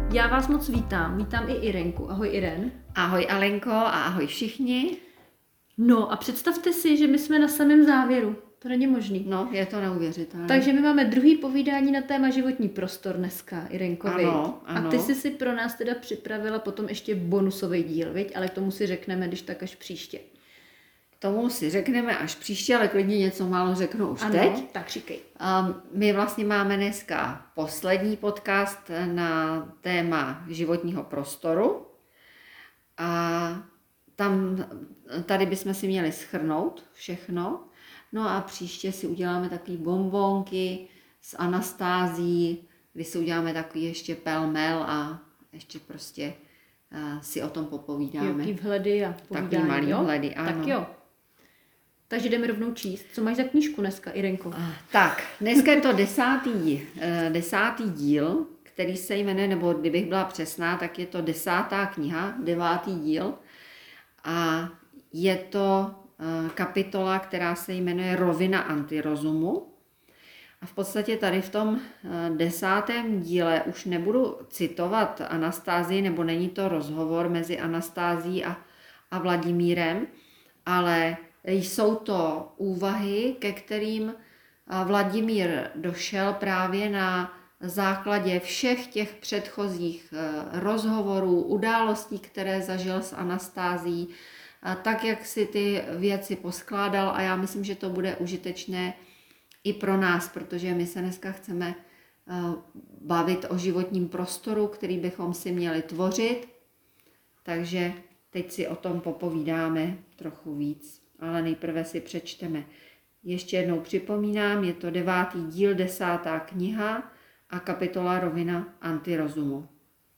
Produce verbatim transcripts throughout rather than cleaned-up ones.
Já vás moc vítám, vítám i Irenku. Ahoj Iren. Ahoj Alenko a ahoj všichni. No a představte si, že my jsme na samém závěru. To není možný. No, je to neuvěřitelné. Takže my máme druhý povídání na téma životní prostor dneska, Irenko, viď? Ano, ano. A ty jsi si pro nás teda připravila potom ještě bonusový díl, viď? Ale k tomu si řekneme, když tak až příště. K tomu si řekneme až příště, ale klidně něco málo řeknu už ano, teď. tak říkej. Um, my vlastně máme dneska poslední podcast na téma životního prostoru. A tam, tady bychom si měli shrnout všechno. No a příště si uděláme takový bonbonky s Anastází, kdy si uděláme takový ještě pelmel a ještě prostě uh, si o tom popovídáme. Jaký vhledy a povídání, Takový malý jo? vhledy, ano. Tak jo. Takže jdeme rovnou číst. Co máš za knížku dneska, Irenko? Uh, tak, dneska je to desátý, uh, desátý díl, který se jmenuje, nebo kdybych byla přesná, tak je to desátá kniha, devátý díl. A je to kapitola, která se jmenuje Rovina antirozumu. A v podstatě tady v tom desátém díle už nebudu citovat Anastázii, nebo není to rozhovor mezi Anastázií a, a Vladimírem, ale jsou to úvahy, ke kterým Vladimír došel právě na základě všech těch předchozích rozhovorů, událostí, které zažil s Anastázií, tak, jak si ty věci poskládal, a já myslím, že to bude užitečné i pro nás, protože my se dneska chceme bavit o životním prostoru, který bychom si měli tvořit, takže teď si o tom popovídáme trochu víc, ale nejprve si přečteme. Ještě jednou připomínám, je to devátý díl, desátá kniha a kapitola Rovina antirozumu.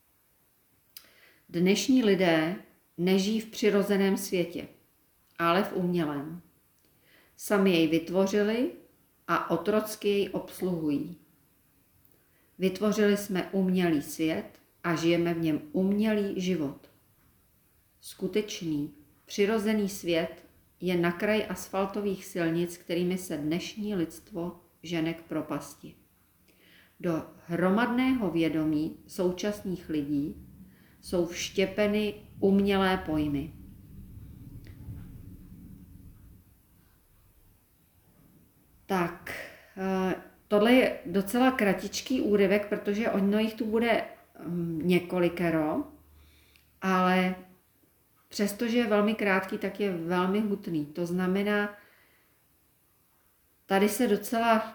Dnešní lidé nežijí v přirozeném světě, ale v umělém. Sami jej vytvořili a otrocky jej obsluhují. Vytvořili jsme umělý svět a žijeme v něm umělý život. Skutečný, přirozený svět je na kraji asfaltových silnic, kterými se dnešní lidstvo žene k propasti. Do hromadného vědomí současných lidí jsou vštěpeny umělé pojmy. Tak, tohle je docela kratičký úryvek, protože ono jich tu bude několikero, ale přestože je velmi krátký, tak je velmi hutný. To znamená, tady se docela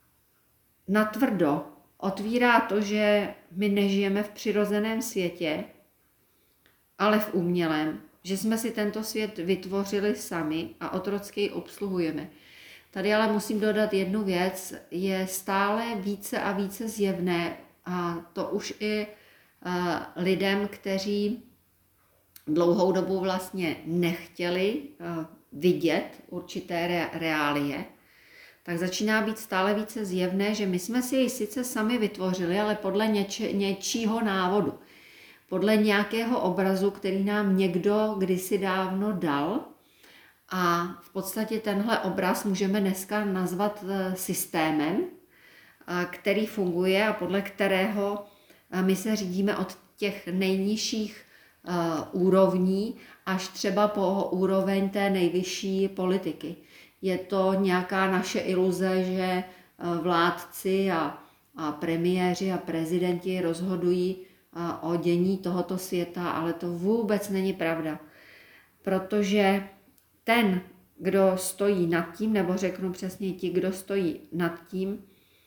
natvrdo otvírá to, že my nežijeme v přirozeném světě, ale v umělém, že jsme si tento svět vytvořili sami a otrocky ji obsluhujeme. Tady ale musím dodat jednu věc, je stále více a více zjevné, a to už i uh, lidem, kteří dlouhou dobu vlastně nechtěli uh, vidět určité re- reálie, tak začíná být stále více zjevné, že my jsme si jej sice sami vytvořili, ale podle něč- něčího návodu. Podle nějakého obrazu, který nám někdo kdysi dávno dal, a v podstatě tenhle obraz můžeme dneska nazvat systémem, který funguje a podle kterého my se řídíme od těch nejnižších úrovní až třeba po úroveň té nejvyšší politiky. Je to nějaká naše iluze, že vládci a, a premiéři a prezidenti rozhodují o dění tohoto světa, ale to vůbec není pravda. Protože ten, kdo stojí nad tím, nebo řeknu přesně ti, kdo stojí nad tím,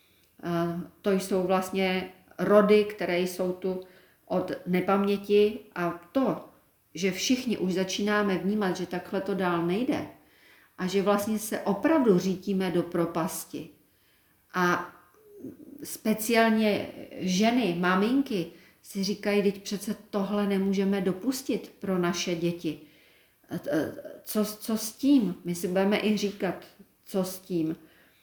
to jsou vlastně rody, které jsou tu od nepaměti, a to, že všichni už začínáme vnímat, že takhle to dál nejde a že vlastně se opravdu řítíme do propasti. A speciálně ženy, maminky si říkají, teď přece tohle nemůžeme dopustit pro naše děti. Co, co s tím? My si budeme i říkat, co s tím.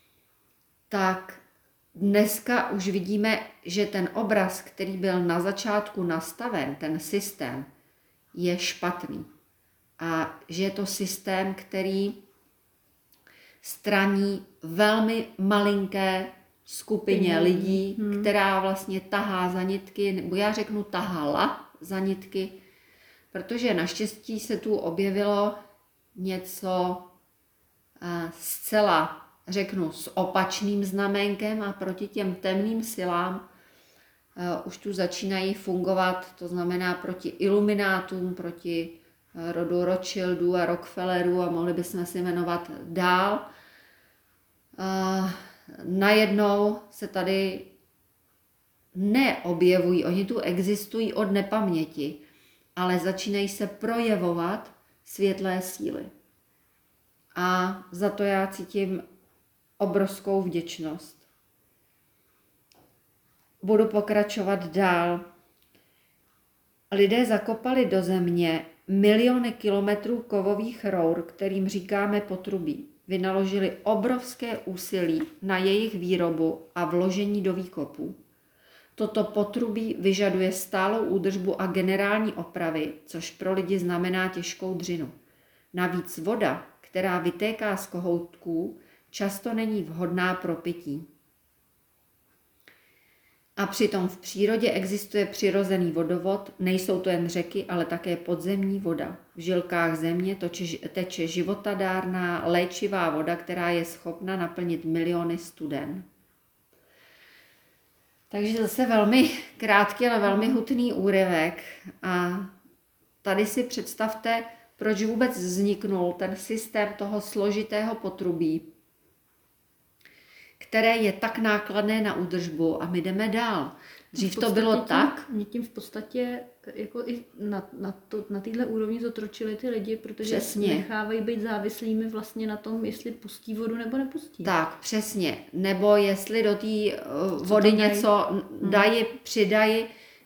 Tak dneska už vidíme, že ten obraz, který byl na začátku nastaven, ten systém, je špatný. A že je to systém, který straní velmi malinké skupině Hmm. lidí, Hmm. která vlastně tahá za nitky, nebo já řeknu tahala za nitky, protože naštěstí se tu objevilo něco eh, zcela, řeknu, s opačným znaménkem a proti těm temným silám eh, už tu začínají fungovat, to znamená proti iluminátům, proti eh, rodu Rothschildů a Rockefellerů a mohli bychom si jmenovat dál. Uh, najednou se tady neobjevují, oni tu existují od nepaměti, ale začínají se projevovat světlé síly. A za to já cítím obrovskou vděčnost. Budu pokračovat dál. Lidé zakopali do země miliony kilometrů kovových rour, kterým říkáme potrubí. Vynaložili obrovské úsilí na jejich výrobu a vložení do výkopů. Toto potrubí vyžaduje stálou údržbu a generální opravy, což pro lidi znamená těžkou dřinu. Navíc voda, která vytéká z kohoutků, často není vhodná pro pití. A přitom v přírodě existuje přirozený vodovod, nejsou to jen řeky, ale také podzemní voda. V žilkách země toče, teče životadárná, léčivá voda, která je schopna naplnit miliony studen. Takže zase velmi krátký, ale velmi hutný úryvek. A tady si představte, proč vůbec vzniknul ten systém toho složitého potrubí, které je tak nákladné na údržbu a my jdeme dál. Dřív to bylo tím, tak. Mě tím v podstatě jako i na, na, to, na téhle úrovni zotročili ty lidi, protože Přesně. nechávají být závislými vlastně na tom, jestli pustí vodu nebo nepustí. Tak, přesně. Nebo jestli do té uh, vody dají? něco Hmm. dají, přidají. Uh,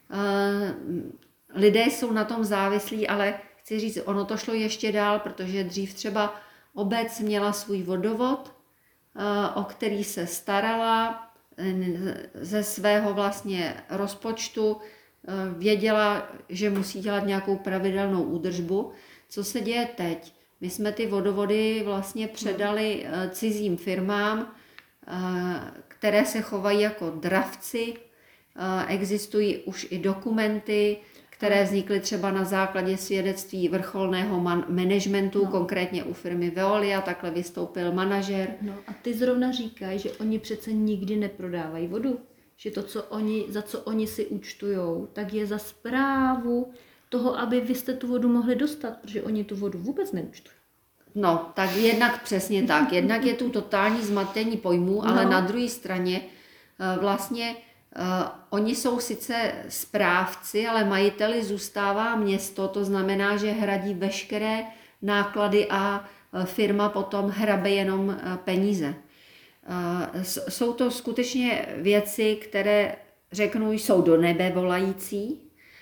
lidé jsou na tom závislí, ale chci říct, ono to šlo ještě dál, protože dřív třeba obec měla svůj vodovod, uh, o který se starala ze svého vlastně rozpočtu, věděla, že musí dělat nějakou pravidelnou údržbu. Co se děje teď? My jsme ty vodovody vlastně předali cizím firmám, které se chovají jako dravci. Existují už i dokumenty, které vznikly třeba na základě svědectví vrcholného man- managementu, no. konkrétně u firmy Veolia, takhle vystoupil manažer. No a ty zrovna říkají, že oni přece nikdy neprodávají vodu. Že to, co oni, za co oni si účtujou, tak je za správu toho, aby vy jste tu vodu mohli dostat, protože oni tu vodu vůbec neúčtují. No, tak jednak přesně tak. Jednak je tu totální zmatení pojmů, no. Ale na druhé straně vlastně Uh, oni jsou sice správci, ale majiteli zůstává město, to znamená, že hradí veškeré náklady a uh, firma potom hrabe jenom uh, peníze. Uh, jsou to skutečně věci, které, řeknu, jsou do nebe volající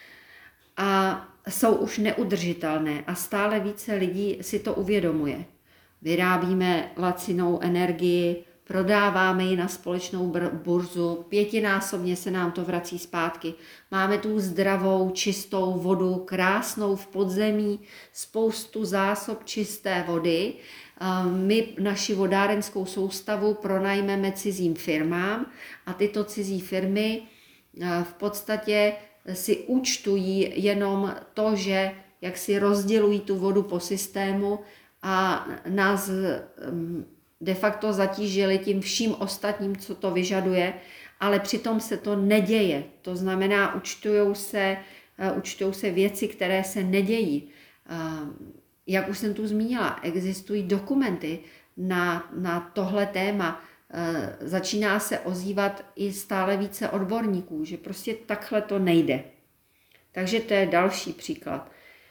a jsou už neudržitelné a stále více lidí si to uvědomuje. Vyrábíme lacinou energii, prodáváme ji na společnou burzu, pětinásobně se nám to vrací zpátky. Máme tu zdravou, čistou vodu, krásnou v podzemí, spoustu zásob čisté vody. My naši vodárenskou soustavu pronajmeme cizím firmám a tyto cizí firmy v podstatě si účtují jenom to, že jak si rozdělují tu vodu po systému a nás de facto zatížili tím vším ostatním, co to vyžaduje, ale přitom se to neděje. To znamená, účtujou se, účtujou se věci, které se nedějí. Jak už jsem tu zmínila, existují dokumenty na, na tohle téma. Začíná se ozývat i stále více odborníků, že prostě takhle to nejde. Takže to je další příklad.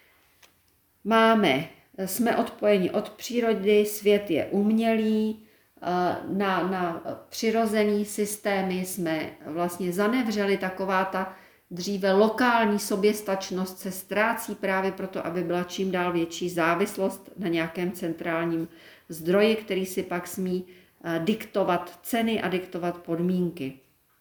Máme Jsme odpojeni od přírody, svět je umělý, na, na přirozený systémy jsme vlastně zanevřeli, taková ta dříve lokální soběstačnost se ztrácí právě proto, aby byla čím dál větší závislost na nějakém centrálním zdroji, který si pak smí diktovat ceny a diktovat podmínky.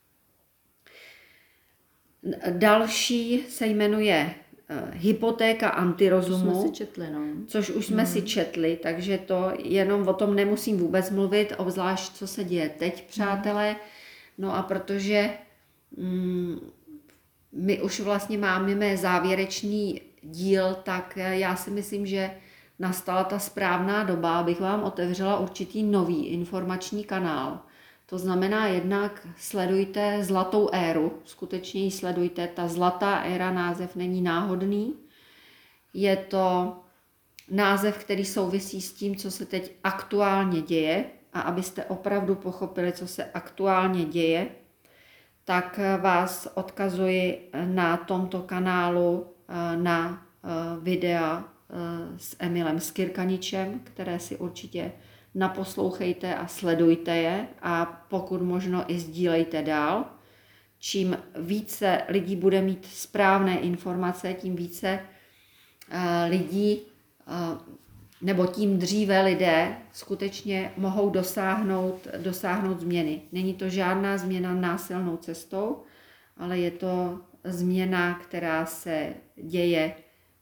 Další se jmenuje hypotéka antirozumu, jsme si četli, no. což už jsme hmm. si četli, takže to jenom o tom nemusím vůbec mluvit, obzvlášť co se děje teď, přátelé. No a protože mm, my už vlastně máme závěrečný díl, tak já si myslím, že nastala ta správná doba, abych vám otevřela určitý nový informační kanál. To znamená, jednak sledujte Zlatou éru, skutečně ji sledujte, ta Zlatá éra název není náhodný, je to název, který souvisí s tím, co se teď aktuálně děje, a abyste opravdu pochopili, co se aktuálně děje, tak vás odkazuji na tomto kanálu na videa s Emilem Skirkaničem, které si určitě naposlouchejte a sledujte je a pokud možno i sdílejte dál. Čím více lidí bude mít správné informace, tím více lidí nebo tím dříve lidé skutečně mohou dosáhnout, dosáhnout změny. Není to žádná změna násilnou cestou, ale je to změna, která se děje,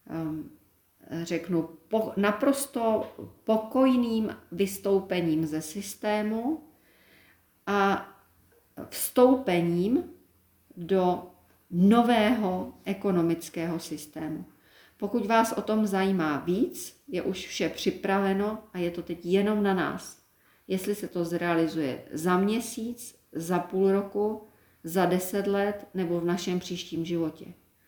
řeknu, po, naprosto pokojným vystoupením ze systému a vstoupením do nového ekonomického systému. Pokud vás o tom zajímá víc, je už vše připraveno a je to teď jenom na nás. Jestli se to zrealizuje za měsíc, za půl roku, za deset let nebo v našem příštím životě.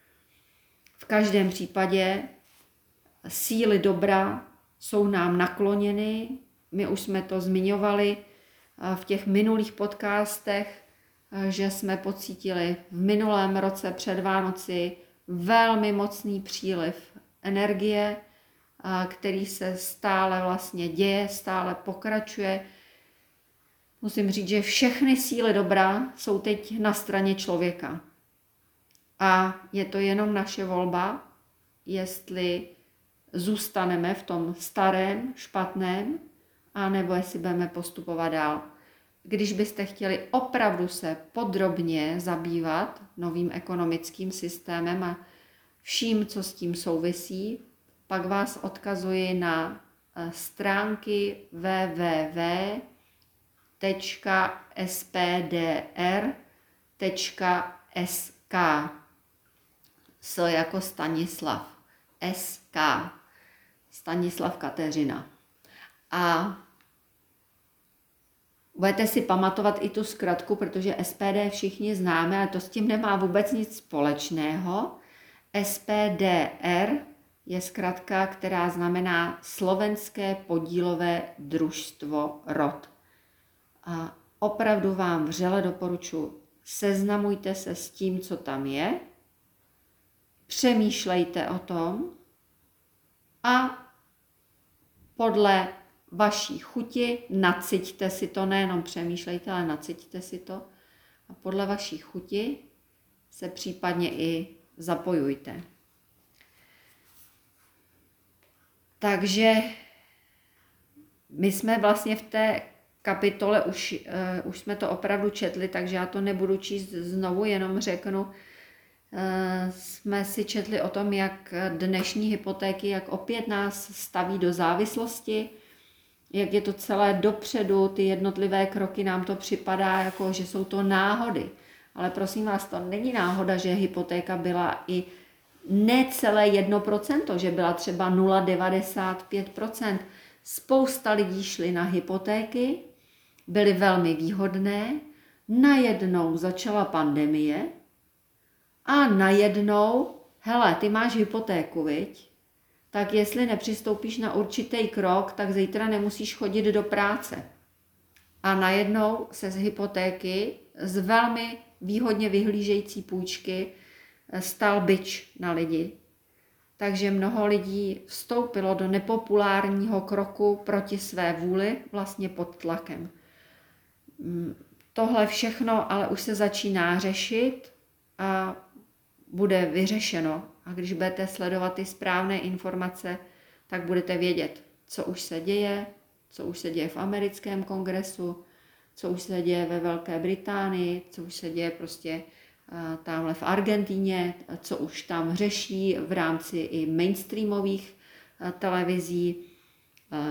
V každém případě síly dobra jsou nám nakloněny. My už jsme to zmiňovali v těch minulých podcastech, že jsme pocítili v minulém roce před Vánoci velmi mocný příliv energie, který se stále vlastně děje, stále pokračuje. Musím říct, že všechny síly dobra jsou teď na straně člověka. A je to jenom naše volba, jestli zůstaneme v tom starém, špatném, anebo jestli budeme postupovat dál. Když byste chtěli opravdu se podrobně zabývat novým ekonomickým systémem a vším, co s tím souvisí, pak vás odkazuji na stránky w w w tečka s p d r tečka s k. S jako Stanislav. S K. Stanislav Kateřina. A budete si pamatovat i tu zkratku, protože S P D všichni známe, ale to s tím nemá vůbec nic společného. S P D R je zkratka, která znamená Slovenské podílové družstvo R O D. A opravdu vám vřele doporučuji, seznamujte se s tím, co tam je, přemýšlejte o tom a podle vaší chuti naciťte si to, nejenom přemýšlejte, ale naciťte si to a podle vaší chuti se případně i zapojujte. Takže my jsme vlastně v té kapitole, už, uh, už jsme to opravdu četli, takže já to nebudu číst znovu, jenom řeknu, uh, jsme si četli o tom, jak dnešní hypotéky, jak opět nás staví do závislosti, jak je to celé dopředu, ty jednotlivé kroky, nám to připadá, jako že jsou to náhody. Ale prosím vás, to není náhoda, že hypotéka byla i ne celé jedno procento, že byla třeba nula celá devadesát pět procent. Spousta lidí šli na hypotéky, byly velmi výhodné, najednou začala pandemie a najednou, hele, ty máš hypotéku, viď? Tak jestli nepřistoupíš na určitý krok, tak zítra nemusíš chodit do práce. A najednou se z hypotéky, z velmi výhodně vyhlížející půjčky, stal bič na lidi. Takže mnoho lidí vstoupilo do nepopulárního kroku proti své vůli, vlastně pod tlakem. Tohle všechno ale už se začíná řešit a bude vyřešeno. A když budete sledovat ty správné informace, tak budete vědět, co už se děje, co už se děje v americkém kongresu, co už se děje ve Velké Británii, co už se děje prostě tamhle v Argentíně, co už tam řeší v rámci i mainstreamových televizí.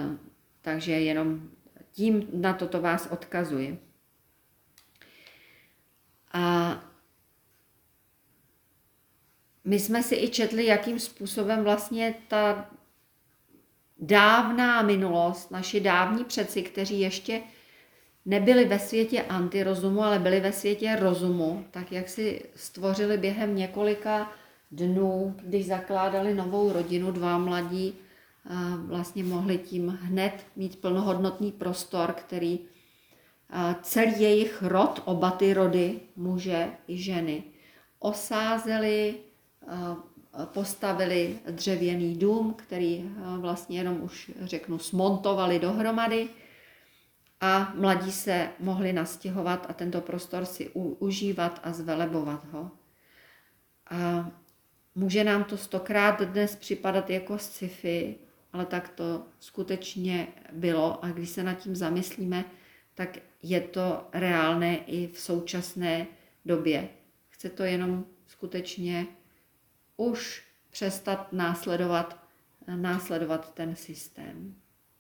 Takže jenom tím na toto vás odkazuji. my jsme si i četli, jakým způsobem vlastně ta dávná minulost, naši dávní předci, kteří ještě nebyli ve světě antirozumu, ale byli ve světě rozumu, tak jak si stvořili během několika dnů, když zakládali novou rodinu, dva mladí, vlastně mohli tím hned mít plnohodnotný prostor, který celý jejich rod, oba ty rody, muže i ženy, osázeli, postavili dřevěný dům, který vlastně jenom už řeknu smontovali dohromady a mladí se mohli nastěhovat a tento prostor si u, užívat a zvelebovat ho. A může nám to stokrát dnes připadat jako sci-fi, ale tak to skutečně bylo a když se nad tím zamyslíme, tak je to reálné i v současné době. Chce to jenom skutečně už přestat následovat, následovat ten systém.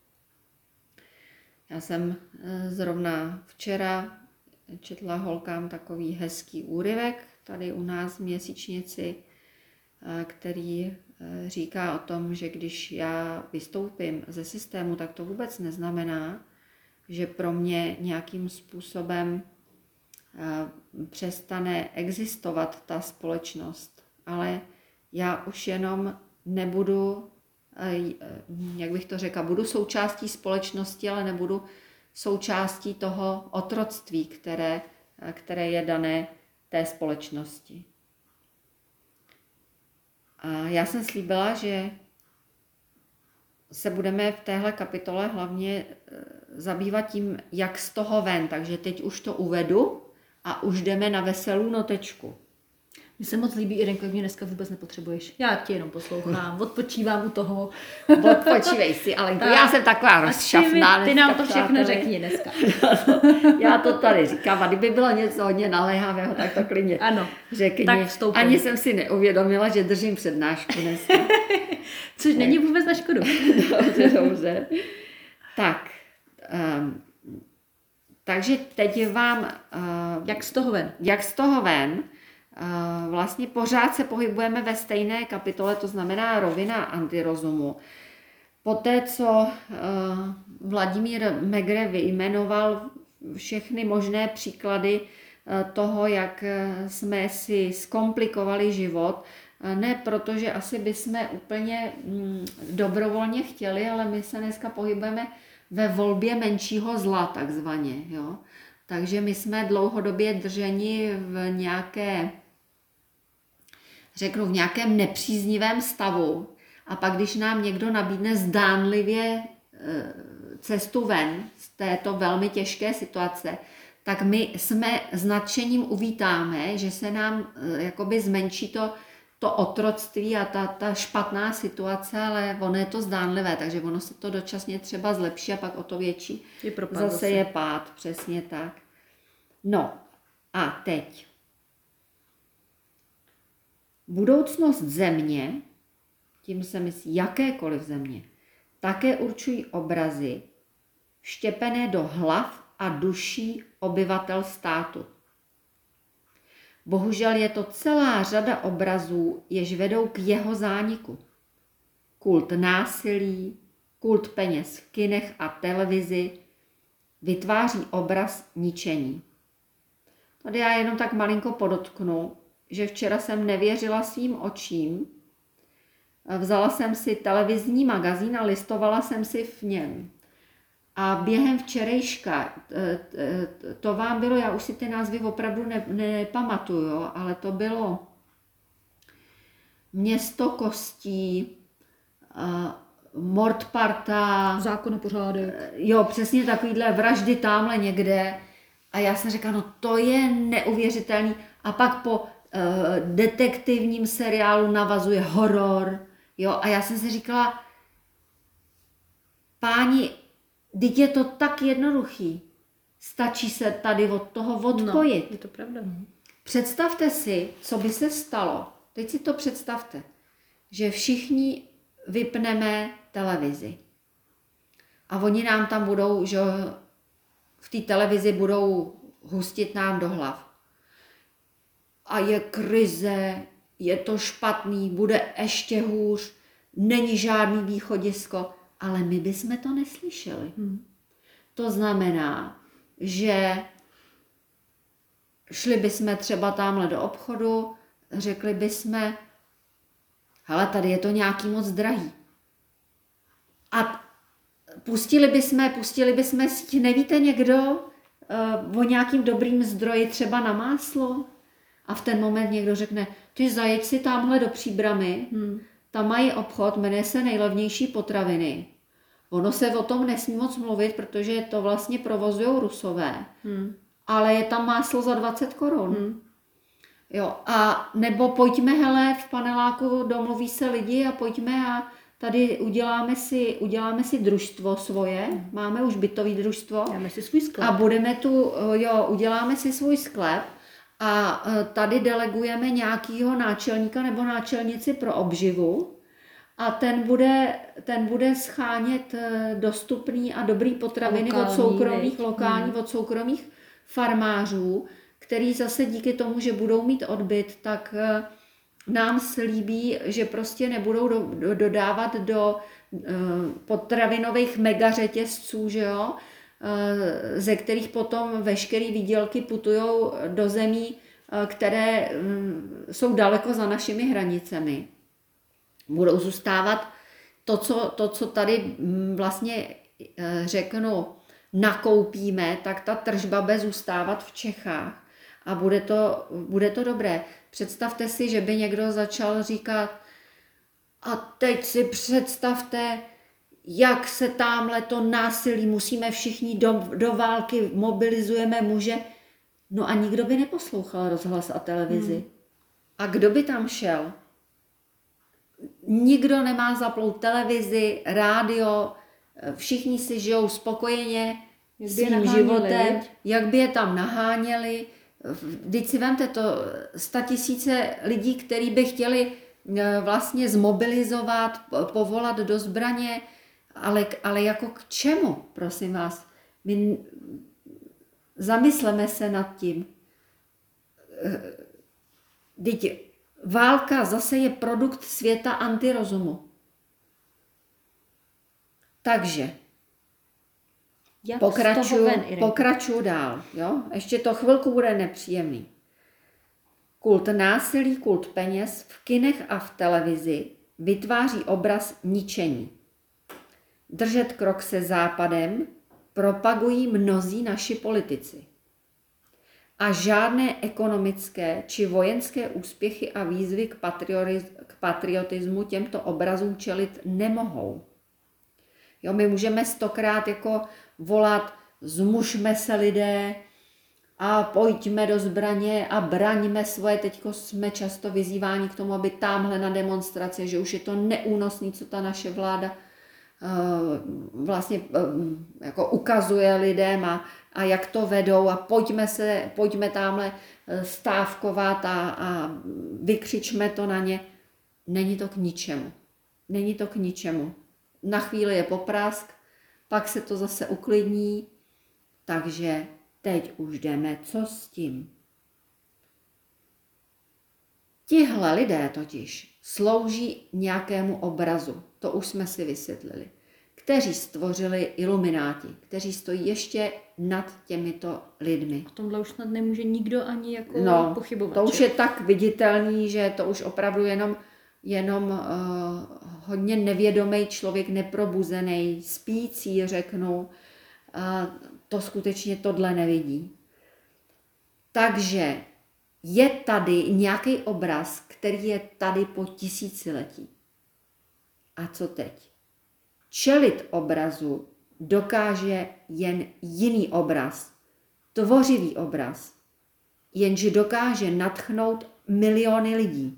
Já jsem zrovna včera četla holkám takový hezký úryvek tady u nás v Měsíčnici, který říká o tom, že když já vystoupím ze systému, tak to vůbec neznamená, že pro mě nějakým způsobem přestane existovat ta společnost, ale já už jenom nebudu, jak bych to řekla, budu součástí společnosti, ale nebudu součástí toho otroctví, které, které je dané té společnosti. A já jsem slíbila, že se budeme v téhle kapitole hlavně zabývat tím, jak z toho ven. Takže teď už to uvedu a už jdeme na veselou notečku. Mně se moc líbí, Irenko, mě dneska vůbec nepotřebuješ. Já tě jenom poslouchám, odpočívám u toho. Odpočívej si, ale já jsem taková rozšafná. Ty, ty nám to všechno řekni dneska. Já to tady říkám, a kdyby bylo něco hodně naléhavého, tak to klidně ano, řekni. tak vstoupím. Ani jsem si neuvědomila, že držím přednášku dneska. Což není vůbec na škodu. Dobře, dobře. Tak, um, takže teď vám... Uh, jak z toho ven? Jak z toho ven. Vlastně pořád se pohybujeme ve stejné kapitole, to znamená rovina antirozumu. Poté, co Vladimír Megre vyjmenoval všechny možné příklady toho, jak jsme si zkomplikovali život, ne protože asi bychom úplně dobrovolně chtěli, ale my se dneska pohybujeme ve volbě menšího zla, takzvaně. Jo? Takže my jsme dlouhodobě drženi v nějaké, řeknu, v nějakém nepříznivém stavu. A pak, když nám někdo nabídne zdánlivě cestu ven z této velmi těžké situace, tak my jsme s nadšením uvítáme, že se nám jakoby zmenší to, to otroctví a ta, ta špatná situace, ale ono je to zdánlivé, takže ono se to dočasně třeba zlepší a pak o to větší je propad zase, zase je pád, přesně tak. No a teď. Budoucnost země, tím se myslí jakékoliv země, také určují obrazy vštěpené do hlav a duší obyvatel státu. Bohužel je to celá řada obrazů, jež vedou k jeho zániku. Kult násilí, kult peněz v kinech a televizi vytváří obraz ničení. Tady já jenom tak malinko podotknu, že včera jsem nevěřila svým očím. Vzala jsem si televizní magazín a listovala jsem si v něm. A během včerejška, to vám bylo, já už si ty názvy opravdu ne, nepamatuju, ale to bylo Město kostí, Mordparta, zákon a pořádek. Jo, přesně takovýhle vraždy tamhle někde. A já jsem říkala, no to je neuvěřitelný. A pak po uh, detektivním seriálu navazuje horor. Jo, a já jsem si říkala, páni, teď je to tak jednoduchý. Stačí se tady od toho odpojit. No, je to pravda. Představte si, co by se stalo. Teď si to představte, že všichni vypneme televizi. A oni nám tam budou, že v té televizi budou hustit nám do hlav. A je krize, je to špatný, bude ještě hůř, není žádný východisko, ale my bychom to neslyšeli. Hmm. To znamená, že šli bychom třeba tamhle do obchodu, řekli bychom, hele, tady je to nějaký moc drahý. A pustili bychom, pustili bychom, nevíte někdo uh, o nějakým dobrým zdroji třeba na máslo? A v ten moment někdo řekne, ty zajeď si tamhle do Příbramy, hmm. tam mají obchod, jmenuje se Nejlevnější potraviny. Ono se o tom nesmí moc mluvit, protože to vlastně provozují Rusové. Hmm. Ale je tam máslo za dvacet korun. Hmm. Jo, a nebo pojďme, hele, v paneláku domluví se lidi a pojďme a tady uděláme si, uděláme si družstvo svoje, hmm. máme už bytový družstvo. Dáme si svůj sklep. A budeme tu, jo, uděláme si svůj sklep a tady delegujeme nějakýho náčelníka nebo náčelnici pro obživu a ten bude, ten bude schánět dostupný a dobrý potraviny lokální, od soukromých, lokální, hmm. od soukromých farmářů, který zase díky tomu, že budou mít odbyt, tak nám slíbí, že prostě nebudou do, do, dodávat do uh, potravinových megařetězců, že jo, uh, ze kterých potom veškeré výdělky putujou do zemí, uh, které um, jsou daleko za našimi hranicemi. Budou zůstávat to, co, to, co tady um, vlastně uh, řeknu, nakoupíme, tak ta tržba bude zůstávat v Čechách a bude to, bude to dobré. Představte si, že by někdo začal říkat a teď si představte, jak se támhle to násilí, musíme všichni do, do války, mobilizujeme muže. No a nikdo by neposlouchal rozhlas a televizi. Hmm. A kdo by tam šel? Nikdo nemá zaplout televizi, rádio, všichni si žijou spokojeně svým životem, jak by je tam naháněli. Vždyť si vemte to, statisíce lidí, kteří by chtěli vlastně zmobilizovat, povolat do zbraně, ale, ale jako k čemu, prosím vás? My zamysleme se nad tím. Vždyť válka zase je produkt světa antirozumu. Takže pokračuju, pokračuju dál. Jo? Ještě to chvilku bude nepříjemný. Kult násilí, kult peněz v kinech a v televizi vytváří obraz ničení. Držet krok se západem propagují mnozí naši politici. A žádné ekonomické či vojenské úspěchy a výzvy k, k patriotismu těmto obrazům čelit nemohou. Jo, my můžeme stokrát jako volat, zmužme se lidé a pojďme do zbraně a braňme svoje. Teďko jsme často vyzýváni k tomu, aby támhle na demonstrace, že už je to neúnosný, co ta naše vláda uh, vlastně uh, jako ukazuje lidem a, a jak to vedou a pojďme se, pojďme támhle stávkovat a, a vykřičme to na ně. Není to k ničemu. Není to k ničemu. Na chvíli je poprask, pak se to zase uklidní, takže teď už jdeme, co s tím. Tihle lidé totiž slouží nějakému obrazu, to už jsme si vysvětlili, kteří stvořili ilumináti, kteří stojí ještě nad těmito lidmi. O tomhle už snad nemůže nikdo ani jako no, pochybovat. To už je tak viditelný, že to už opravdu jenom jenom uh, hodně nevědomý člověk, neprobuzený, spící, řeknu, uh, to skutečně tohle nevidí. Takže je tady nějaký obraz, který je tady po tisíciletí. A co teď? Čelit obrazu dokáže jen jiný obraz, tvořivý obraz, jenže dokáže nadchnout miliony lidí.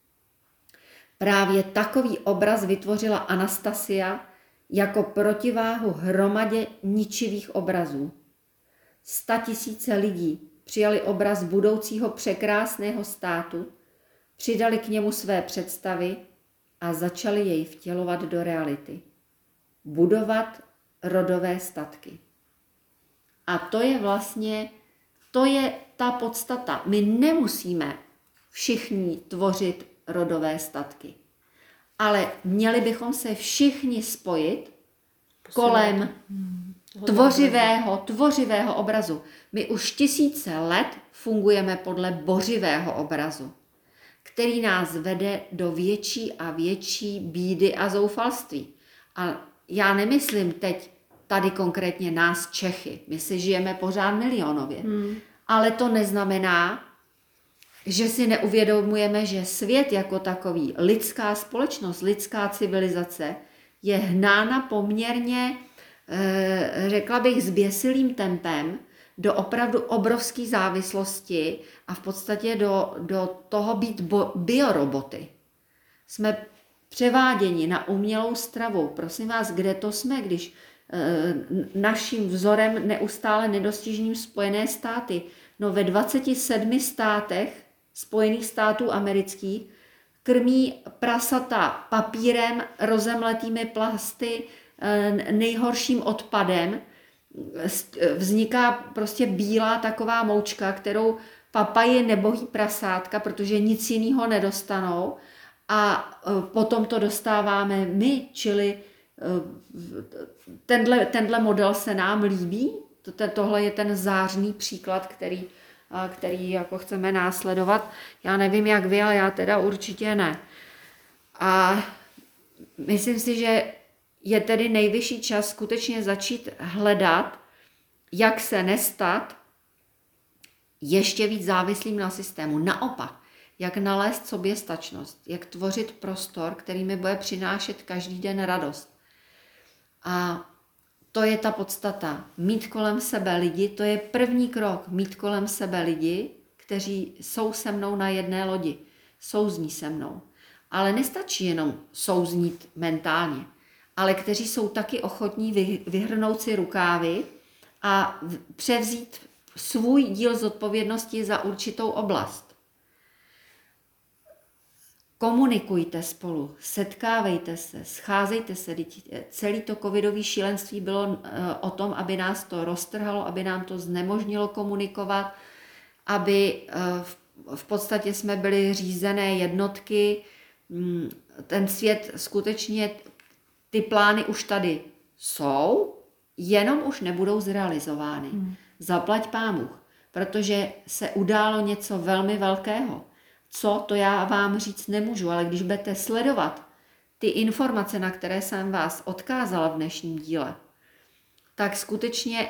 Právě takový obraz vytvořila Anastasia jako protiváhu hromadě ničivých obrazů. Statisíce lidí přijali obraz budoucího překrásného státu, přidali k němu své představy a začali jej vtělovat do reality. Budovat rodové statky. A to je vlastně, to je ta podstata. My nemusíme všichni tvořit rodové statky. Ale měli bychom se všichni spojit kolem tvořivého, tvořivého obrazu. My už tisíce let fungujeme podle boživého obrazu, který nás vede do větší a větší bídy a zoufalství. A já nemyslím teď tady konkrétně nás Čechy. My si žijeme pořád milionově. Hmm. Ale to neznamená, že si neuvědomujeme, že svět jako takový, lidská společnost, lidská civilizace je hnána poměrně, řekla bych, zběsilým tempem do opravdu obrovské závislosti a v podstatě do, do toho být bo, bioroboty. Jsme převáděni na umělou stravu. Prosím vás, kde to jsme, když e, naším vzorem neustále nedostižným Spojené státy, no ve dvaceti sedmi státech Spojených států amerických krmí prasata papírem, rozemletými plasty, nejhorším odpadem, vzniká prostě bílá taková moučka, kterou papají nebohý prasátka, protože nic jiného nedostanou a potom to dostáváme my, čili tenhle, tenhle model se nám líbí, tohle je ten zářný příklad, který, který jako chceme následovat. Já nevím, jak vy, ale já teda určitě ne. A myslím si, že je tedy nejvyšší čas skutečně začít hledat, jak se nestat ještě víc závislým na systému. Naopak, jak nalézt soběstačnost, jak tvořit prostor, který mi bude přinášet každý den radost. A to je ta podstata. Mít kolem sebe lidi, to je první krok. Mít kolem sebe lidi, kteří jsou se mnou na jedné lodi, souzní se mnou. Ale nestačí jenom souznít mentálně, ale kteří jsou taky ochotní vyhrnout si rukávy a převzít svůj díl zodpovědnosti za určitou oblast. Komunikujte spolu, setkávejte se, scházejte se. Celé to covidové šílenství bylo o tom, aby nás to roztrhalo, aby nám to znemožnilo komunikovat, aby v podstatě jsme byli řízené jednotky. Ten svět skutečně, ty plány už tady jsou, jenom už nebudou zrealizovány. Hmm. Zaplať pánbůh, protože se událo něco velmi velkého. Co, to já vám říct nemůžu, ale když budete sledovat ty informace, na které jsem vás odkázala v dnešním díle, tak skutečně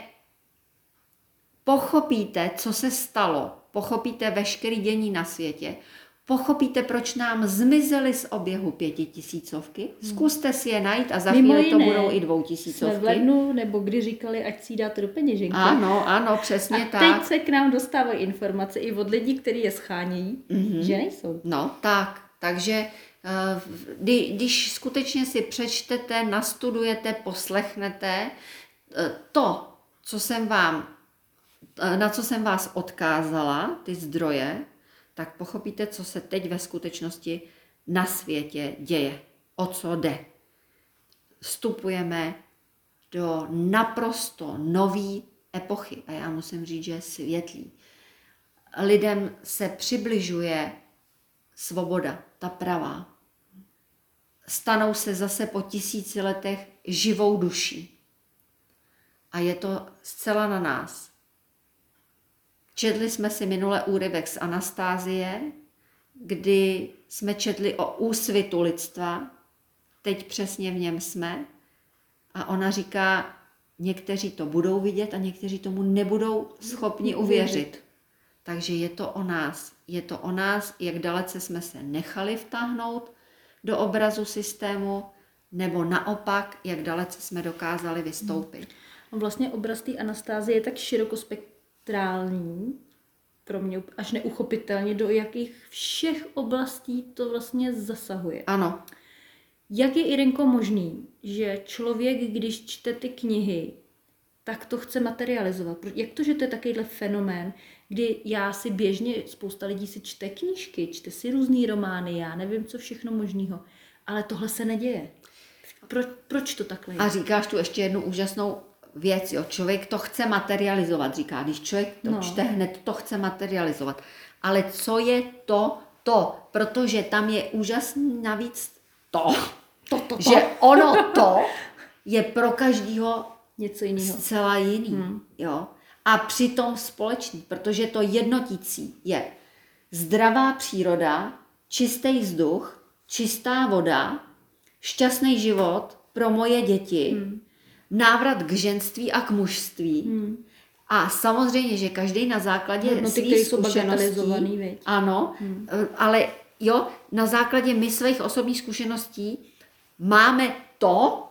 pochopíte, co se stalo, pochopíte veškeré dění na světě, pochopíte, proč nám zmizely z oběhu pětitisícovky. Zkuste si je najít a za Mimo chvíli to jiné, budou i dvoutisícovky. Jsme v lednu, nebo kdy říkali, ať si dáte do peněženky. Ano, ano, přesně a tak. teď se k nám dostávají informace i od lidí, kteří je schánějí, mm-hmm. že nejsou. No, tak. Takže kdy, když skutečně si přečtete, nastudujete, poslechnete to, co jsem vám, na co jsem vás odkázala, ty zdroje, tak pochopíte, co se teď ve skutečnosti na světě děje. O co jde. Vstupujeme do naprosto nové epochy. A já musím říct, že je světlý. Lidem se přibližuje svoboda, ta pravá. Stanou se zase po tisíci letech živou duší. A je to zcela na nás. Četli jsme si minule úryvek z Anastázie, kdy jsme četli o úsvitu lidstva, teď přesně v něm jsme, a ona říká, někteří to budou vidět a někteří tomu nebudou schopni uvěřit. Takže je to o nás. Je to o nás, jak dalece jsme se nechali vtáhnout do obrazu systému, nebo naopak, jak dalece jsme dokázali vystoupit. Vlastně obraz té Anastázie je tak širokospektrální, pro mě až neuchopitelně, do jakých všech oblastí to vlastně zasahuje. Ano. Jak je, Irenko, možný, že člověk, když čte ty knihy, tak to chce materializovat? Jak to, že to je takovýhle fenomén, kdy já si běžně, spousta lidí si čte knížky, čte si různý romány, já nevím, co všechno možného, ale tohle se neděje. Pro, proč to takhle je? A říkáš tu ještě jednu úžasnou věc, jo. Člověk to chce materializovat, říká, když člověk to no. čte hned, to chce materializovat. Ale co je to, to, protože tam je úžasný navíc to, To, to, to. že ono to je pro každýho Něco jiného. zcela jiný. Hmm. Jo? A přitom společný, protože to jednotící je zdravá příroda, čistý vzduch, čistá voda, šťastný život pro moje děti, Hmm. návrat k ženství a k mužství. Hmm. A samozřejmě, že každý na základě Hodnoty, svých které jsou zkušeností, bagatelizovaný, viď? ano, Hmm. ale jo, na základě my svých osobních zkušeností máme to,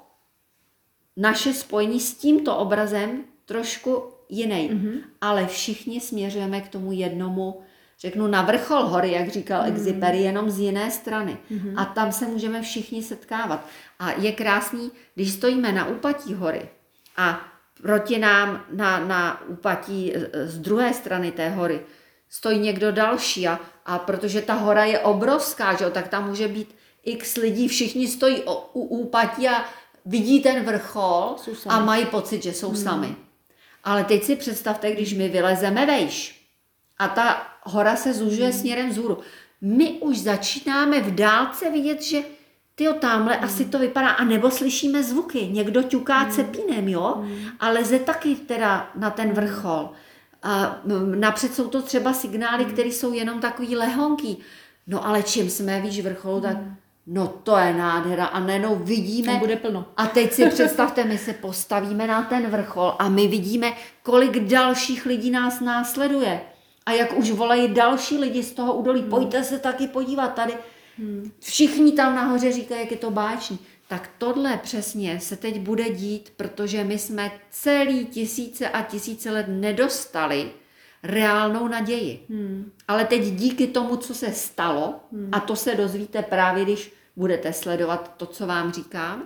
naše spojení s tímto obrazem trošku jiný. Mhm. Ale všichni směřujeme k tomu jednomu, řeknu, na vrchol hory, jak říkal mm. Exupery, jenom z jiné strany. Mhm. A tam se můžeme všichni setkávat. A je krásný, když stojíme na úpatí hory a proti nám na, na úpatí z druhé strany té hory stojí někdo další a, a protože ta hora je obrovská, že jo, tak tam může být x lidí, všichni stojí o, u úpatí a vidí ten vrchol Jsou sami. a mají pocit, že jsou hmm. sami. Ale teď si představte, když my vylezeme vejš a ta hora se zužuje hmm. směrem vzhůru. My už začínáme v dálce vidět, že tyjo, tamhle hmm. asi to vypadá, a nebo slyšíme zvuky. Někdo ťuká hmm. cepínem, jo, hmm. a leze taky teda na ten vrchol. A napřed jsou to třeba signály, hmm. které jsou jenom takový lehonký. No ale čím jsme víš vrcholu, hmm. tak no to je nádhera a najednou vidíme. Tam bude plno. A teď si představte, my se postavíme na ten vrchol a my vidíme, kolik dalších lidí nás následuje. A jak už volají další lidi z toho údolí, hmm. pojďte se taky podívat tady. Hmm. Všichni tam nahoře říkají, jak je to báječný. Tak tohle přesně se teď bude dít, protože my jsme celý tisíce a tisíce let nedostali reálnou naději. Hmm. Ale teď díky tomu, co se stalo, hmm. a to se dozvíte právě, když budete sledovat to, co vám říkám,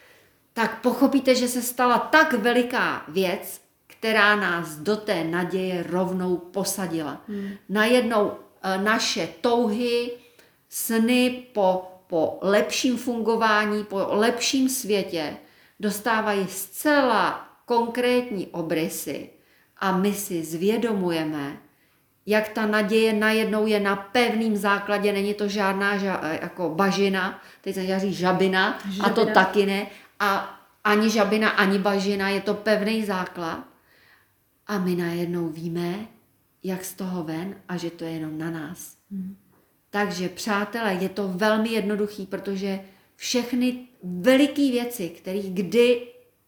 tak pochopíte, že se stala tak veliká věc, která nás do té naděje rovnou posadila. Hmm. Najednou e, naše touhy, sny po, po lepším fungování, po lepším světě dostávají zcela konkrétní obrysy a my si zvědomujeme, jak ta naděje najednou je na pevném základě, není to žádná ža, jako bažina, teď jsem chtěla říct žabina, žabina, a to taky ne, a ani žabina, ani bažina, je to pevný základ a my najednou víme, jak z toho ven a že to je jenom na nás. Hmm. Takže přátelé, je to velmi jednoduchý, protože všechny veliké věci, které kdy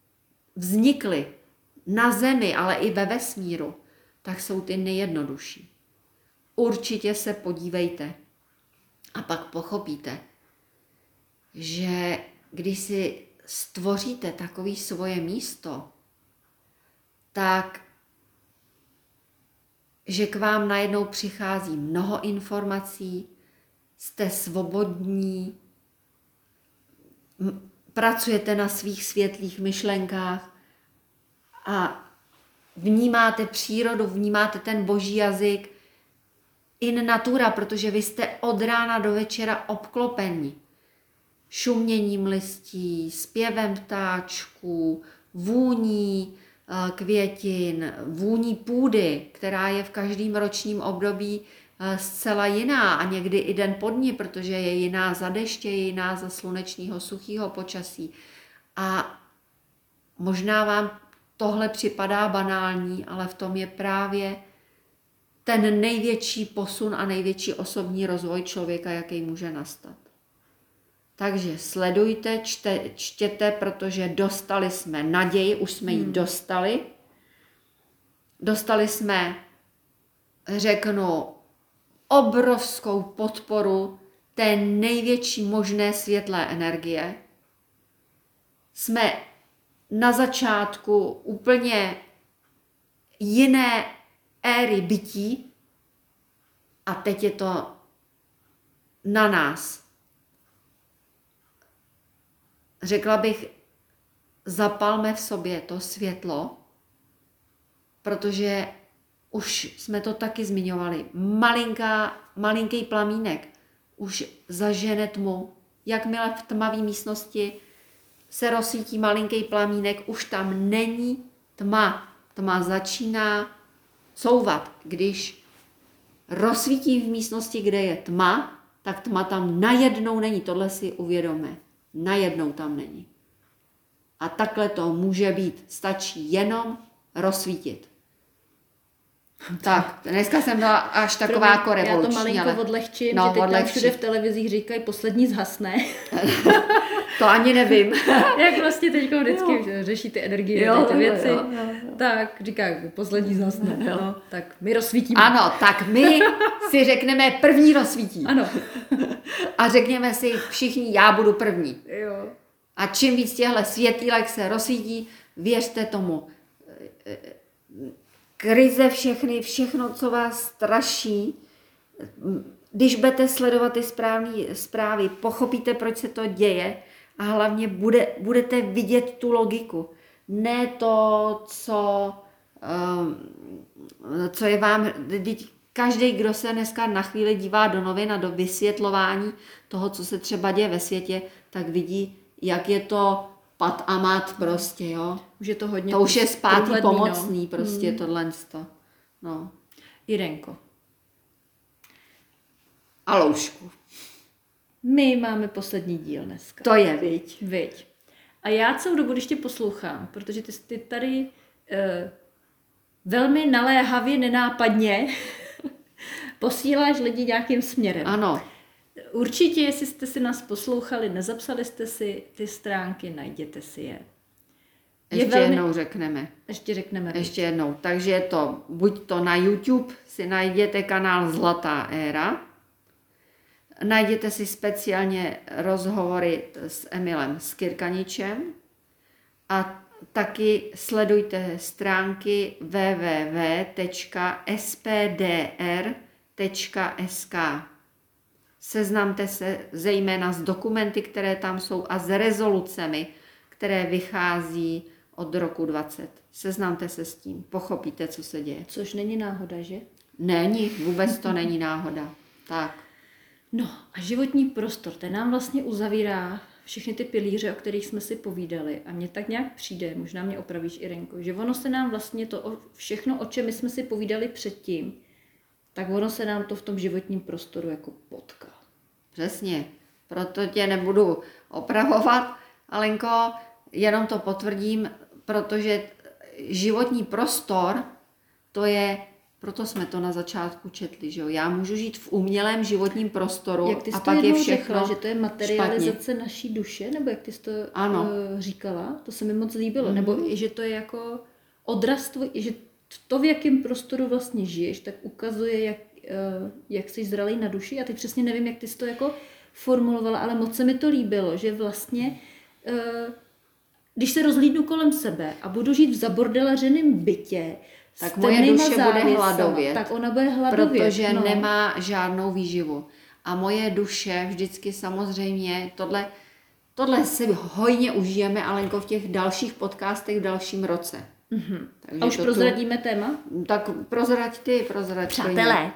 vznikly na zemi, ale i ve vesmíru, tak jsou ty nejjednodušší. Určitě se podívejte a pak pochopíte, že když si stvoříte takové svoje místo, tak že k vám najednou přichází mnoho informací, jste svobodní, pracujete na svých světlých myšlenkách a vnímáte přírodu, vnímáte ten boží jazyk in natura, protože vy jste od rána do večera obklopeni šuměním listí, zpěvem ptáčků, vůní květin, vůní půdy, která je v každém ročním období zcela jiná a někdy i den po dni, protože je jiná za deště, je jiná za slunečního suchého počasí. A možná vám tohle připadá banální, ale v tom je právě ten největší posun a největší osobní rozvoj člověka, jaký může nastat. Takže sledujte, čte, čtěte, protože dostali jsme naději, už jsme ji dostali. Dostali jsme, řeknu, obrovskou podporu té největší možné světlé energie. Jsme na začátku úplně jiné éry bytí a teď je to na nás. Řekla bych, zapalme v sobě to světlo, protože už jsme to taky zmiňovali. Malinká, malinký plamínek už zažene tmu. Jakmile v tmavé místnosti se rozsvítí malinký plamínek, už tam není tma. Tma začíná couvat, když rozsvítí v místnosti, kde je tma, tak tma tam najednou není. Tohle si uvědomme. Najednou tam není. A takhle to může být. Stačí jenom rozsvítit. Tak, dneska jsem byla až taková Promiň, jako revoluční. Já to malinko ale... odlehčím, no, že teď odlehčí. tam všude v televizích říkají poslední zhasne. To ani nevím. Jak vlastně teď vždycky jo. řeší ty energie, jo, ty věci. Jo, jo, jo. Tak říká, poslední zhasne. Jo. No, tak my rozsvítíme. Ano, tak my si řekneme první rozsvítí. Ano. A řekněme si všichni, já budu první. Jo. A čím víc těchto světýlek se rozsvítí, věřte tomu. Krize všechny, všechno, co vás straší, když budete sledovat ty správné zprávy, pochopíte, proč se to děje a hlavně bude, budete vidět tu logiku. Ne to, co, um, co je vám... Každý, kdo se dneska na chvíli dívá do novin a do vysvětlování toho, co se třeba děje ve světě, tak vidí, jak je to pat a mat prostě, jo. Už je to hodně to už je zpátky průhledný, pomocný, no. prostě hmm. tohle. No. Jirenko. Aloušku. My máme poslední díl dneska. To je, viď. Viď. A já celou dobu, když tě poslouchám, protože ty, ty tady uh, velmi naléhavě, nenápadně posíláš lidi nějakým směrem. Ano. Určitě, jestli jste si nás poslouchali, nezapsali jste si ty stránky, najděte si je. Ještě velmi... jednou řekneme. Ještě řekneme. Ještě jednou. Takže je to, buď to na YouTube si najděte kanál Zlatá éra, najděte si speciálně rozhovory s Emilem Skirkaničem a taky sledujte stránky w w w tečka s p d r tečka s k. Seznamte se zejména s dokumenty, které tam jsou a s rezolucemi, které vychází od roku dvacet. Seznamte se s tím, pochopíte, co se děje. Což není náhoda, že? Není, vůbec to není náhoda. Tak. No a životní prostor, ten nám vlastně uzavírá všechny ty pilíře, o kterých jsme si povídali. A mně tak nějak přijde, možná mě opravíš, Irenko, že ono se nám vlastně to všechno, o čem my jsme si povídali předtím, tak ono se nám to v tom životním prostoru jako potká. Přesně, proto tě nebudu opravovat, Alenko, jenom to potvrdím, protože životní prostor, to je, proto jsme to na začátku četli, že jo, já můžu žít v umělém životním prostoru jak ty a jsi pak to je všechno řekla, že to je materializace špatně. naší duše, nebo jak ty jsi to ano. uh, říkala, to se mi moc líbilo, mm-hmm. nebo že to je jako odraz tvoj, že to, v jakém prostoru vlastně žiješ, tak ukazuje, jak, uh, jak jsi zralý na duši. Já teď přesně nevím, jak ty jsi to jako formulovala, ale moc se mi to líbilo, že vlastně uh, když se rozhlídnu kolem sebe a budu žít v zabordelařeném bytě, tak moje duše bude hladovět, tak ona bude hladovět, protože no. nemá žádnou výživu. A moje duše vždycky samozřejmě, tohle, tohle si hojně užijeme, Alenko, v těch dalších podcastech v dalším roce. Mm-hmm. A už prozradíme tu... téma? Tak prozrať ty, prozrať. Přátelé,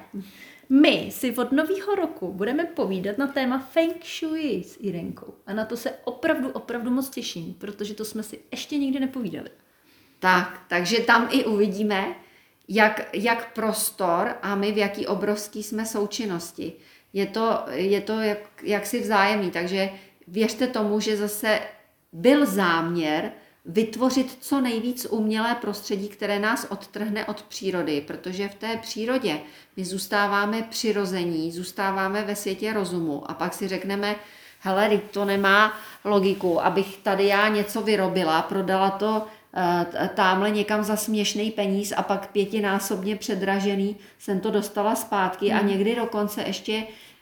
my si od nového roku budeme povídat na téma Feng Shui s Irenkou. A na to se opravdu, opravdu moc těším, protože to jsme si ještě nikdy nepovídali. Tak, takže tam i uvidíme, jak, jak prostor a my v jaký obrovský jsme součinnosti. Je to, je to jak, jaksi vzájemný, takže věřte tomu, že zase byl záměr vytvořit co nejvíc umělé prostředí, které nás odtrhne od přírody, protože v té přírodě my zůstáváme přirození, zůstáváme ve světě rozumu a pak si řekneme, hele, to nemá logiku, abych tady já něco vyrobila, prodala to támhle někam za směšný peníz a pak pětinásobně předražený jsem to dostala zpátky hmm. a někdy dokonce ještě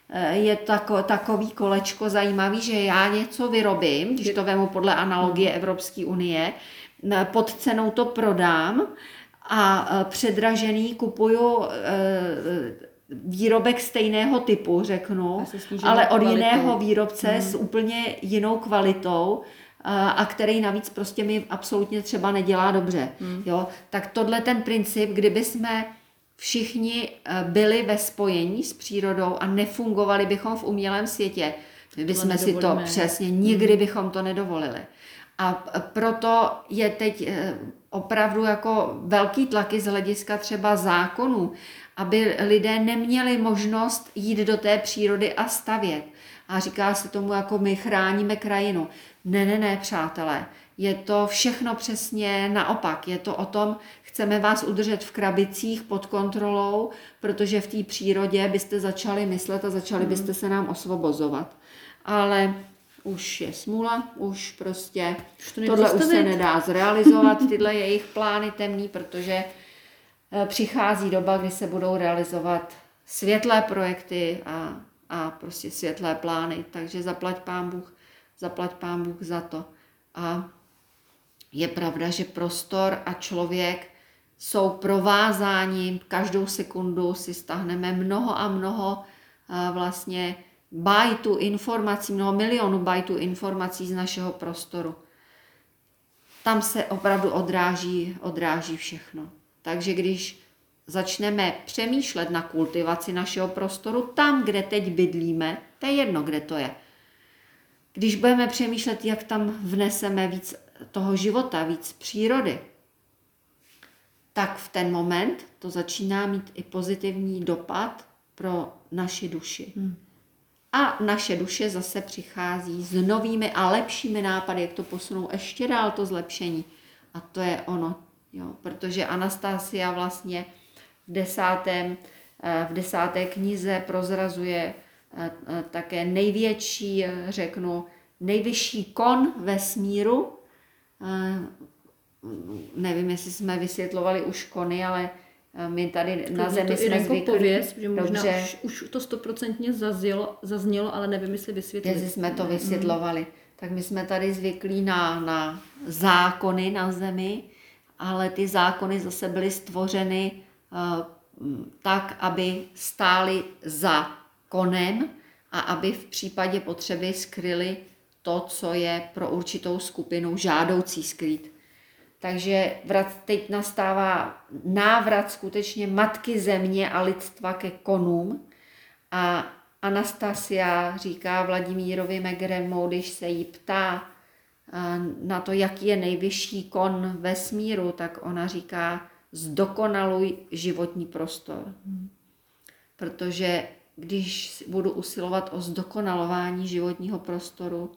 je tako, takový kolečko zajímavý, že já něco vyrobím, když to vemu podle analogie Evropské unie, pod cenou to prodám a předražený kupuju výrobek stejného typu, řeknu, ale od kvalitou. Jiného výrobce hmm. s úplně jinou kvalitou, a který navíc prostě mi absolutně třeba nedělá dobře. Hmm. Jo? Tak tohle ten princip, kdyby jsme všichni byli ve spojení s přírodou a nefungovali bychom v umělém světě, my bychom si to přesně, nikdy hmm. bychom to nedovolili. A proto je teď opravdu jako velký tlaky z hlediska třeba zákonů aby lidé neměli možnost jít do té přírody a stavět. A říká se tomu, jako my chráníme krajinu. Ne, ne, ne, přátelé. Je to všechno přesně naopak. Je to o tom, chceme vás udržet v krabicích pod kontrolou, protože v té přírodě byste začali myslet a začali byste se nám osvobozovat. Ale už je smůla, už prostě už to tohle už se nedá zrealizovat, tyhle jejich plány temný, protože přichází doba, kdy se budou realizovat světlé projekty a, a prostě světlé plány. Takže zaplať Pán Bůh, zaplať Pán Bůh za to. A je pravda, že prostor a člověk jsou provázáni, každou sekundu si stáhneme mnoho a mnoho vlastně bajtů informací, mnoho milionů bajtů informací z našeho prostoru. Tam se opravdu odráží, odráží všechno. Takže když začneme přemýšlet na kultivaci našeho prostoru, tam, kde teď bydlíme, to je jedno, kde to je. Když budeme přemýšlet, jak tam vneseme víc toho života, víc přírody, tak v ten moment to začíná mít i pozitivní dopad pro naši duši. Hmm. A naše duše zase přichází s novými a lepšími nápady, jak to posunou ještě dál, to zlepšení. A to je ono. Jo, protože Anastasia vlastně v, desátém, v desáté knize prozrazuje také největší, řeknu, nejvyšší kon vesmíru. Nevím, jestli jsme vysvětlovali už kony, ale my tady na Zemi jsme zvyklí. Pověz, že možná už, už to stoprocentně zaznělo, zaznělo, ale nevím, jestli vysvětlili. Jestli jsme to vysvětlovali. Mm. Tak my jsme tady zvyklí na, na zákony na Zemi, ale ty zákony zase byly stvořeny uh, tak, aby stály za konem a aby v případě potřeby skryly to, co je pro určitou skupinu žádoucí skrýt. Takže teď nastává návrat skutečně Matky Země a lidstva ke konům a Anastasia říká Vladimírovi Megremu, když se jí ptá na to, jaký je nejvyšší kon vesmíru, tak ona říká, zdokonaluj životní prostor. Protože když budu usilovat o zdokonalování životního prostoru,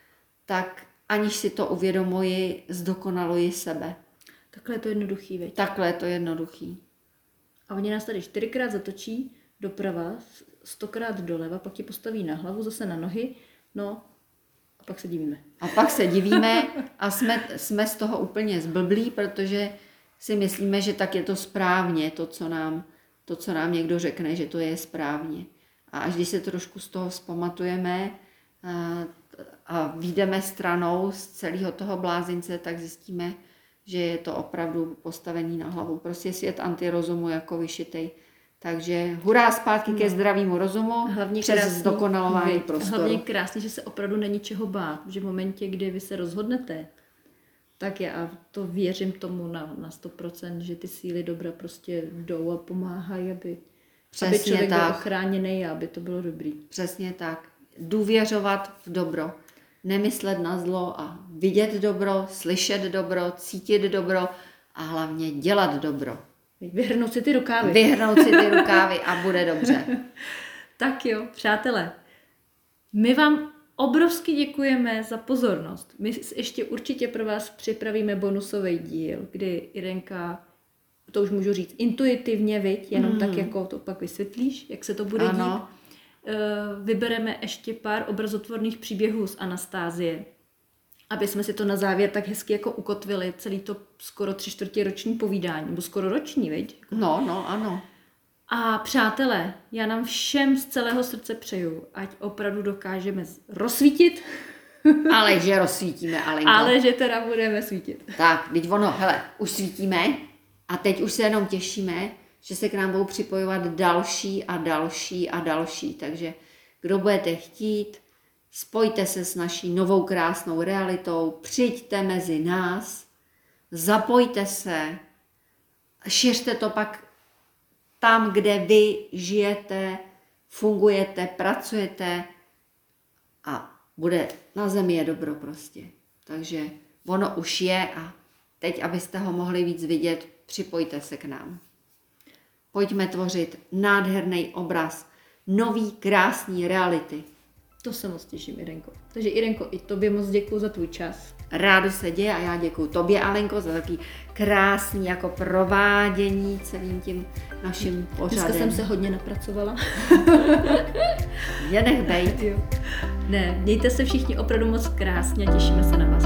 tak aniž si to uvědomuji, zdokonaluji sebe. Takhle je to jednoduchý, veď? Takhle je to jednoduchý. A oni nás tady čtyřikrát zatočí doprava, stokrát doleva, pak ti postaví na hlavu, zase na nohy, no a pak se divíme. A pak se divíme a jsme, jsme z toho úplně zblblí, protože si myslíme, že tak je to správně, to co, nám, to, co nám někdo řekne, že to je správně. A až když se trošku z toho vzpamatujeme a, a vyjdeme stranou z celého toho blázince, tak zjistíme, že je to opravdu postavení na hlavu. Prostě svět antirozumu jako vyšitej. Takže hurá zpátky no. ke zdravému rozumu, hlavně přes krásný, zdokonalování prostoru. Hlavně krásně, že se opravdu není čeho bát, že v momentě, kdy vy se rozhodnete, tak já to věřím tomu na, na sto procent, že ty síly dobra prostě jdou a pomáhají, aby, aby člověk tak. byl ochráněný a aby to bylo dobrý. Přesně tak. Důvěřovat v dobro. Nemyslet na zlo a vidět dobro, slyšet dobro, cítit dobro a hlavně dělat dobro. Vyhrnout si ty rukávy. Vyhrnout si ty rukávy a bude dobře. Tak jo, přátelé. My vám obrovsky děkujeme za pozornost. My ještě určitě pro vás připravíme bonusový díl, kdy Irenka, to už můžu říct, intuitivně, viď, jenom mm. tak jako to pak vysvětlíš, jak se to bude ano. dít. Vybereme ještě pár obrazotvorných příběhů z Anastázie, aby jsme si to na závěr tak hezky jako ukotvili, celý to skoro tři čtvrtě roční povídání, nebo skoro roční, viď? No, no, ano. A přátelé, já nám všem z celého srdce přeju, ať opravdu dokážeme rozsvítit. Ale že rozsvítíme, Alenko. Ale že teda budeme svítit. Tak, teď ono, hele, už svítíme a teď už se jenom těšíme, že se k nám budou připojovat další a další a další. Takže kdo budete chtít, spojte se s naší novou krásnou realitou, přijďte mezi nás, zapojte se, šiřte to pak tam, kde vy žijete, fungujete, pracujete a bude na zemi je dobro prostě. Takže ono už je a teď, abyste ho mohli víc vidět, připojte se k nám. Pojďme tvořit nádherný obraz, nový, krásný reality. To se moc těším, Irenko. Takže Irenko, i tobě moc děkuji za tvůj čas. Rádo se děje a já děkuji tobě, Alenko, za takový krásný jako provádění celým tím naším pořadem. Dneska jsem se hodně napracovala. Je nech bejt. Ne, mějte se všichni opravdu moc krásně a těšíme se na vás.